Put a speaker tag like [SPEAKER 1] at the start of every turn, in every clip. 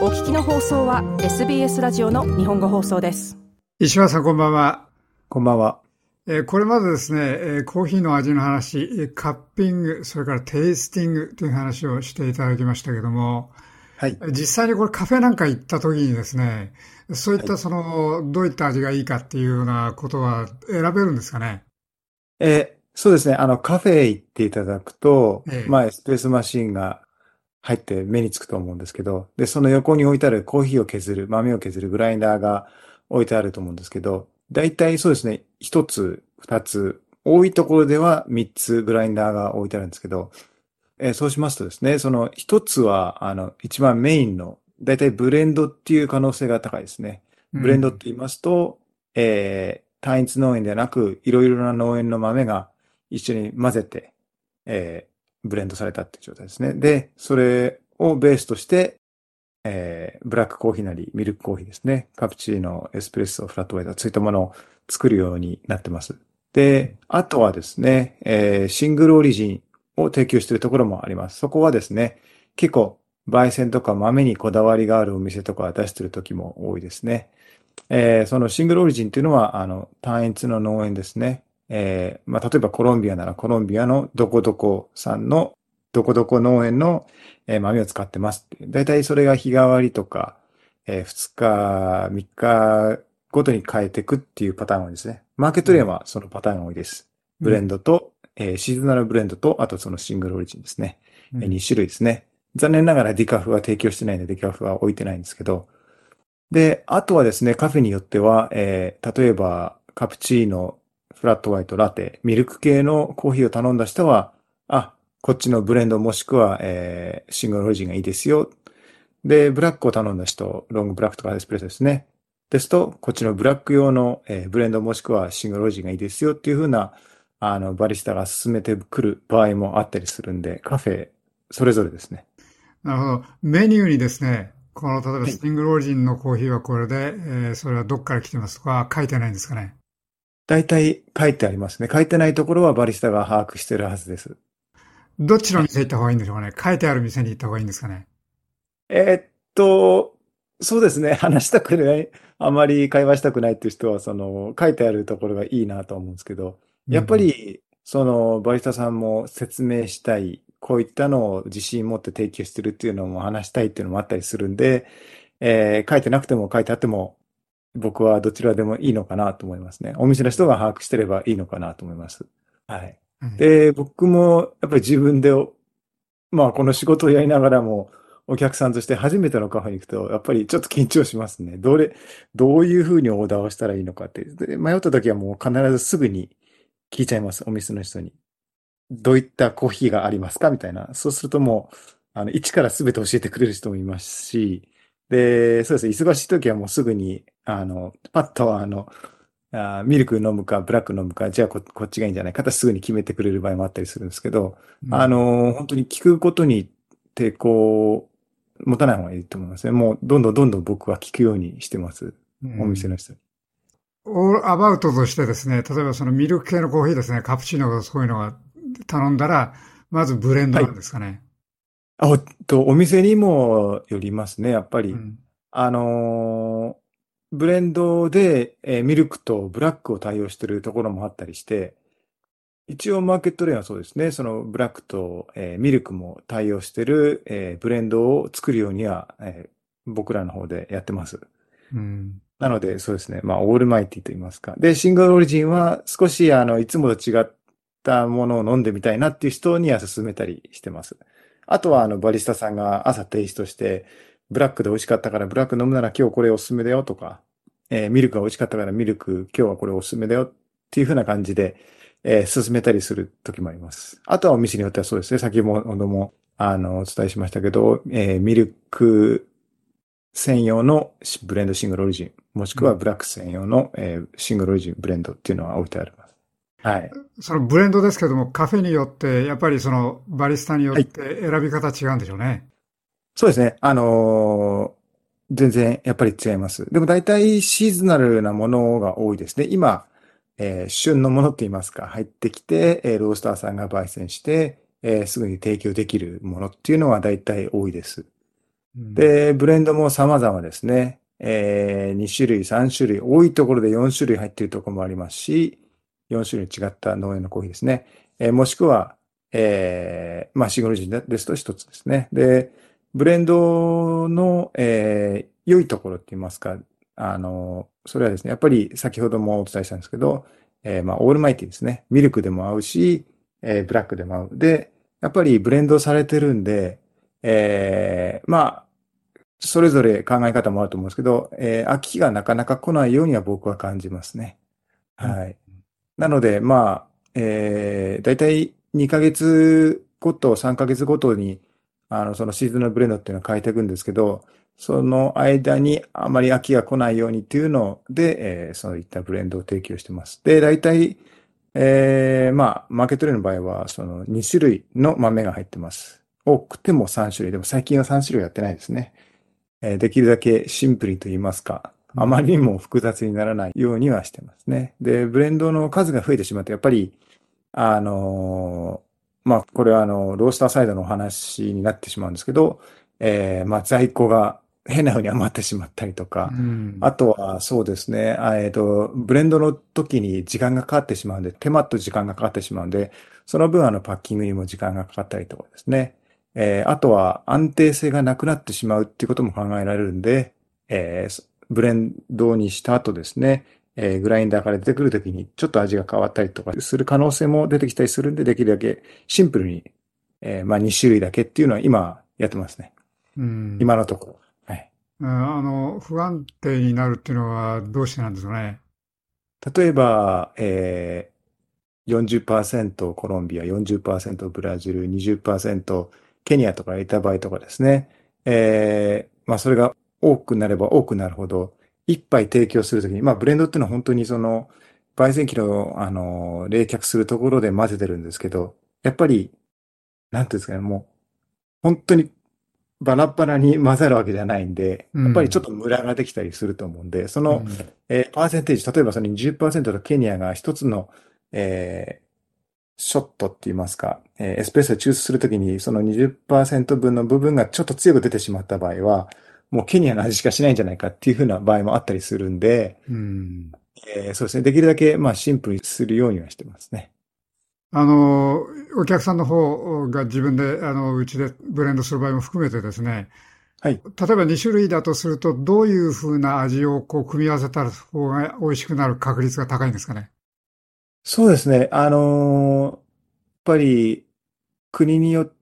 [SPEAKER 1] お聞きの放送は SBS ラジオの日本語放送です。
[SPEAKER 2] 石原さん、こんばんは。
[SPEAKER 3] こんばんは。
[SPEAKER 2] これまでですね、コーヒーの味の話、カッピング、それからテイスティングという話をしていただきましたけども、
[SPEAKER 3] はい。
[SPEAKER 2] 実際にこれカフェなんか行った時にですね、そういっ
[SPEAKER 3] はい。
[SPEAKER 2] たどういった味がいいかっていうようなことは選べるんですかね。
[SPEAKER 3] そうですね。カフェ行っていただくと、
[SPEAKER 2] ええ
[SPEAKER 3] エスプレッソマシーンが入って目につくと思うんですけど、で、その横に置いてあるコーヒーを削る、豆を削るグラインダーが置いてあると思うんですけど、だいたいそうですね。一つ、二つ、多いところでは三つグラインダーが置いてあるんですけど、そうしますとですね、その一つは、一番メインの、だいたいブレンドっていう可能性が高いですね。ブレンドって
[SPEAKER 2] うん。
[SPEAKER 3] 言いますと、単一農園ではなく、いろいろな農園の豆が一緒に混ぜて、ブレンドされたっていう状態ですね。で、それをベースとして、ブラックコーヒーなり、ミルクコーヒーですね。カプチーノ、エスプレッソ、フラットホワイト、そういったものを作るようになってます。で、あとはですね、シングルオリジンを提供しているところもあります。そこはですね、結構、焙煎とか豆にこだわりがあるお店とか出している時も多いですね。そのシングルオリジンっていうのは、単一の農園ですね。例えばコロンビアならコロンビアのどこどこさんのどこどこ農園の豆を使ってますっていう。だいたいそれが日替わりとか、2日、3日ごとに変えていくっていうパターンが多いですね。マーケットではそのパターンが多いです。ブレン
[SPEAKER 2] うん。
[SPEAKER 3] ドと、シーズナルブレンドと、あとそのシングルオリジンですね。
[SPEAKER 2] うん。
[SPEAKER 3] 2種類ですね。残念ながらディカフは提供してないので、ディカフは置いてないんですけど、で、あとはですね、カフェによっては、例えば、カプチーノ、フラットホワイト、ラテ、ミルク系のコーヒーを頼んだ人は、あ、こっちのブレンドもしくは、シングルオリジンがいいですよ。で、ブラックを頼んだ人、ロングブラックとかエスプレッソですね。ですと、こっちのブラック用の、ブレンドもしくはシングルオリジンがいいですよっていうふうな、バリスタが勧めてくる場合もあったりするんで、カフェ、それぞれですね。
[SPEAKER 2] なるほど。メニューにですね、例えば
[SPEAKER 3] はい。
[SPEAKER 2] シングルオリジンのコーヒーはこれで、それはどっから来てますとか書いてないんですかね。
[SPEAKER 3] 大体書いてありますね。書いてないところはバリスタが把握してるはずです。
[SPEAKER 2] どっちの
[SPEAKER 3] はい。
[SPEAKER 2] 店行った方がいいんでしょうかね。書いてある店に行った方がいいんですかね。
[SPEAKER 3] えーっと、そうですね。話したくない、あまり会話したくないっていう人は、書いてあるところがいいなと思うんですけど、やっぱ
[SPEAKER 2] うん。
[SPEAKER 3] り、バリスタさんも説明したい、こういったのを自信持って提供してるっていうのも話したいっていうのもあったりするんで、書いてなくても書いてあっても、僕はどちらでもいいのかなと思いますね。お店の人が把握してればいいのかなと思います。はい。
[SPEAKER 2] はい。
[SPEAKER 3] で、僕もやっぱり自分でこの仕事をやりながらも、お客さんとして初めてのカフェに行くと、やっぱりちょっと緊張しますね。どういうふうにオーダーをしたらいいのかって。で、迷った時はもう必ずすぐに聞いちゃいます。お店の人に。どういったコーヒーがありますかみたいな。そうするともう、一から全て教えてくれる人もいますし、で、そうですね。忙しい時はもうすぐに、パッとミルク飲むか、ブラック飲むか、じゃあこっちがいいんじゃないかってすぐに決めてくれる場合もあったりするんですけど、
[SPEAKER 2] うん。
[SPEAKER 3] 本当に聞くことに抵抗を持たない方がいいと思いますね。もう、どんどん僕は聞くようにしてます。
[SPEAKER 2] う
[SPEAKER 3] お店の
[SPEAKER 2] ん。
[SPEAKER 3] 人に。
[SPEAKER 2] オールアバウトとしてですね、例えばそのミルク系のコーヒーですね、カプチーノとかそういうのが頼んだら、まずブレンドなん
[SPEAKER 3] はい。
[SPEAKER 2] ですかね。
[SPEAKER 3] お店にもよりますね、やっぱり。
[SPEAKER 2] うん。
[SPEAKER 3] あのーブレンドで、ミルクとブラックを対応しているところもあったりして、一応マーケットではそうですね、そのブラックと、ミルクも対応している、ブレンドを作るようには、僕らの方でやってます。
[SPEAKER 2] うん。
[SPEAKER 3] なので、そうですね。オールマイティと言いますか。で、シングルオリジンは少し、いつもと違ったものを飲んでみたいなっていう人には勧めたりしてます。あとは、バリスタさんが朝テイストして、ブラックで美味しかったからブラック飲むなら今日これおすすめだよとか、ミルクが美味しかったからミルク今日はこれおすすめだよっていう風な感じで、勧めたりする時もあります。あとはお店によってはそうですね。先ほども、お伝えしましたけど、ミルク専用のブレンドシングルオリジン、もしくは
[SPEAKER 2] うん。
[SPEAKER 3] ブラック専用の、シングルオリジンブレンドっていうのは置いてあります。はい。
[SPEAKER 2] そのブレンドですけども、カフェによって、やっぱりそのバリスタによっ
[SPEAKER 3] はい。
[SPEAKER 2] て選び方違うんでしょうね。
[SPEAKER 3] そうですね。全然やっぱり違います。でも大体シーズナルなものが多いですね。今、旬のものって言いますか、入ってきて、ロースターさんが焙煎して、すぐに提供できるものっていうのは大体多いです。
[SPEAKER 2] うん。
[SPEAKER 3] で、ブレンドも様々ですね。2種類、3種類、多いところで4種類入っているところもありますし、4種類違った農園のコーヒーですね。もしくは、まあ、シングルジンですと1つですね。で、ブレンドの、良いところって言いますか、それはですね、やっぱり先ほどもお伝えしたんですけど、まあ、オールマイティですね。ミルクでも合うし、ブラックでも合う。で、やっぱりブレンドされてるんで、まあ、それぞれ考え方もあると思うんですけど、飽きがなかなか来ないようには僕は感じますね。
[SPEAKER 2] うん。
[SPEAKER 3] はい。なので、まあ、だいたい2ヶ月ごと、3ヶ月ごとに、そのシーズンのブレンドっていうのを変えていくんですけど、その間にあまり飽きが来ないようにっていうので、そういったブレンドを提供してます。で、だいたい、まあ、マーケットレーの場合は、その2種類の豆が入ってます。多くても3種類。でも最近は3種類やってないですね。できるだけシンプルにと言いますか、
[SPEAKER 2] うん。
[SPEAKER 3] あまりにも複雑にならないようにはしてますね。で、ブレンドの数が増えてしまうと、やっぱり、まあ、これはロースターサイドのお話になってしまうんですけど、まあ、在庫が変な風に余ってしまったりと
[SPEAKER 2] う
[SPEAKER 3] か、あ
[SPEAKER 2] ん。
[SPEAKER 3] とはそうですね、ブレンドの時に時間がかかってしまうんで、手間と時間がかかってしまうんで、その分パッキングにも時間がかかったりとかですね。あとは安定性がなくなってしまうっていうことも考えられるんで、ブレンドにした後ですね、グラインダーから出てくるときにちょっと味が変わったりとかする可能性も出てきたりするんで、できるだけシンプルに、まあ2種類だけっていうのは今やってますね。
[SPEAKER 2] うん。
[SPEAKER 3] 今のところ。はい。
[SPEAKER 2] 不安定になるっていうのはどうしてなんですかね。
[SPEAKER 3] 例えば、40%コロンビア、40%ブラジル、20%ケニアとかいた場合とかですね。まあそれが多くなれば多くなるほど、一杯提供するときに、まあブレンドっていうのは本当にその、焙煎機の、冷却するところで混ぜてるんですけど、やっぱり、なんていうんですかね、もう、本当にバラバラに混ざるわけじゃないんで、やっぱりちょっ
[SPEAKER 2] うん。
[SPEAKER 3] とムラができたりすると思うんで、その、
[SPEAKER 2] うん。
[SPEAKER 3] パーセンテージ、例えばその20%とケニアが一つの、えーショットって言いますか、エスプレッソを抽出するときに、その20%分の部分がちょっと強く出てしまった場合は、もうケニアの味しかしないんじゃないかっていうふうな場合もあったりするんで、
[SPEAKER 2] うん。
[SPEAKER 3] そうですね。できるだけ、まあ、シンプルにするようにはしてますね。
[SPEAKER 2] あの、お客さんの方が自分で、うちでブレンドする場合も含めてですね、
[SPEAKER 3] はい。
[SPEAKER 2] 例えば2種類だとすると、どういうふうな味をこう組み合わせた方が美味しくなる確率が高いんですかね。
[SPEAKER 3] そうですね。やっぱり国によって、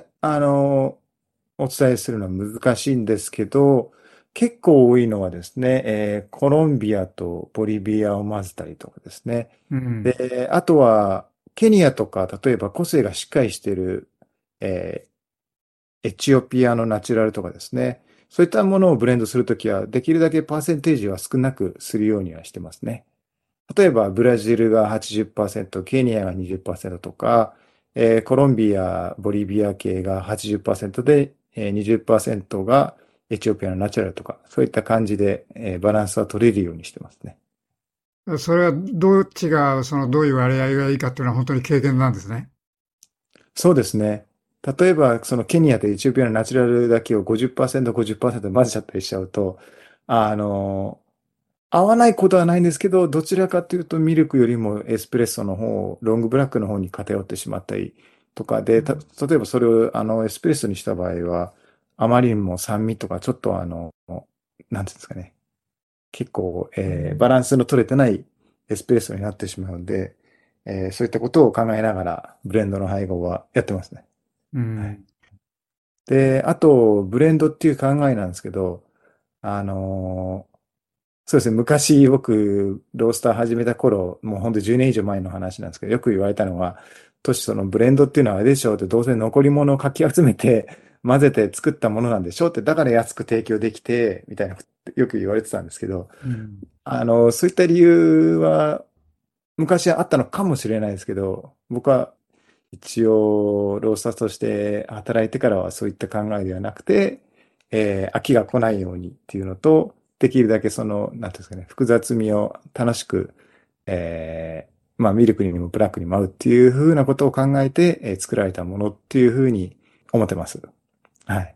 [SPEAKER 3] お伝えするのは難しいんですけど、結構多いのはですね、コロンビアとボリビアを混ぜたりとかですね。
[SPEAKER 2] うん。
[SPEAKER 3] で、あとは、ケニアとか、例えば個性がしっかりしている、えエチオピアのナチュラルとかですね。そういったものをブレンドするときは、できるだけパーセンテージは少なくするようにはしてますね。例えば、ブラジルが80%、ケニアが20%とか、コロンビア、ボリビア系が80%で、20%がエチオピアのナチュラルとか、そういった感じで、バランスは取れるようにしてますね。
[SPEAKER 2] それはどっちが、どういう割合がいいかっていうのは本当に経験なんですね。
[SPEAKER 3] そうですね。例えば、そのケニアとエチオピアのナチュラルだけを50%、50%混ぜちゃったりしちゃうと、あの、合わないことはないんですけど、どちらかというとミルクよりもエスプレッソの方、ロングブラックの方に偏ってしまったりとかで、例えばそれをエスプレッソにした場合は、あまりにも酸味とかちょっとなんていうんですかね、結構、バランスの取れてないエスプレッソになってしまうんで、そういったことを考えながらブレンドの配合はやってますね。はい。
[SPEAKER 2] うん。
[SPEAKER 3] で、あと、ブレンドっていう考えなんですけど、あのそうですね。昔僕、ロースター始めた頃、もうほんと10年以上前の話なんですけど、よく言われたのは、そのブレンドっていうのはあれでしょうって、どうせ残り物をかき集めて、混ぜて作ったものなんでしょうって、だから安く提供できて、みたいなことよく言われてたんですけど、
[SPEAKER 2] うん。
[SPEAKER 3] そういった理由は、昔はあったのかもしれないですけど、僕は一応、ロースターとして働いてからはそういった考えではなくて、飽きが来ないようにっていうのと、できるだけその、なんていうんですかね、複雑味を楽しく、まあ、ミルクにもブラックにも合うっていうふうなことを考えて、作られたものっていうふうに思ってます。はい。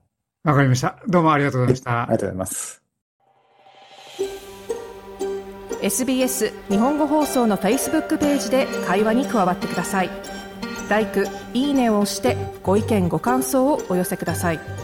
[SPEAKER 2] わかりました。どうもありがとうございました。
[SPEAKER 3] ありがとうございます。
[SPEAKER 1] SBS 日本語放送の Facebook ページで会話に加わってください。LIKE、いいねを押してご意見ご感想をお寄せください。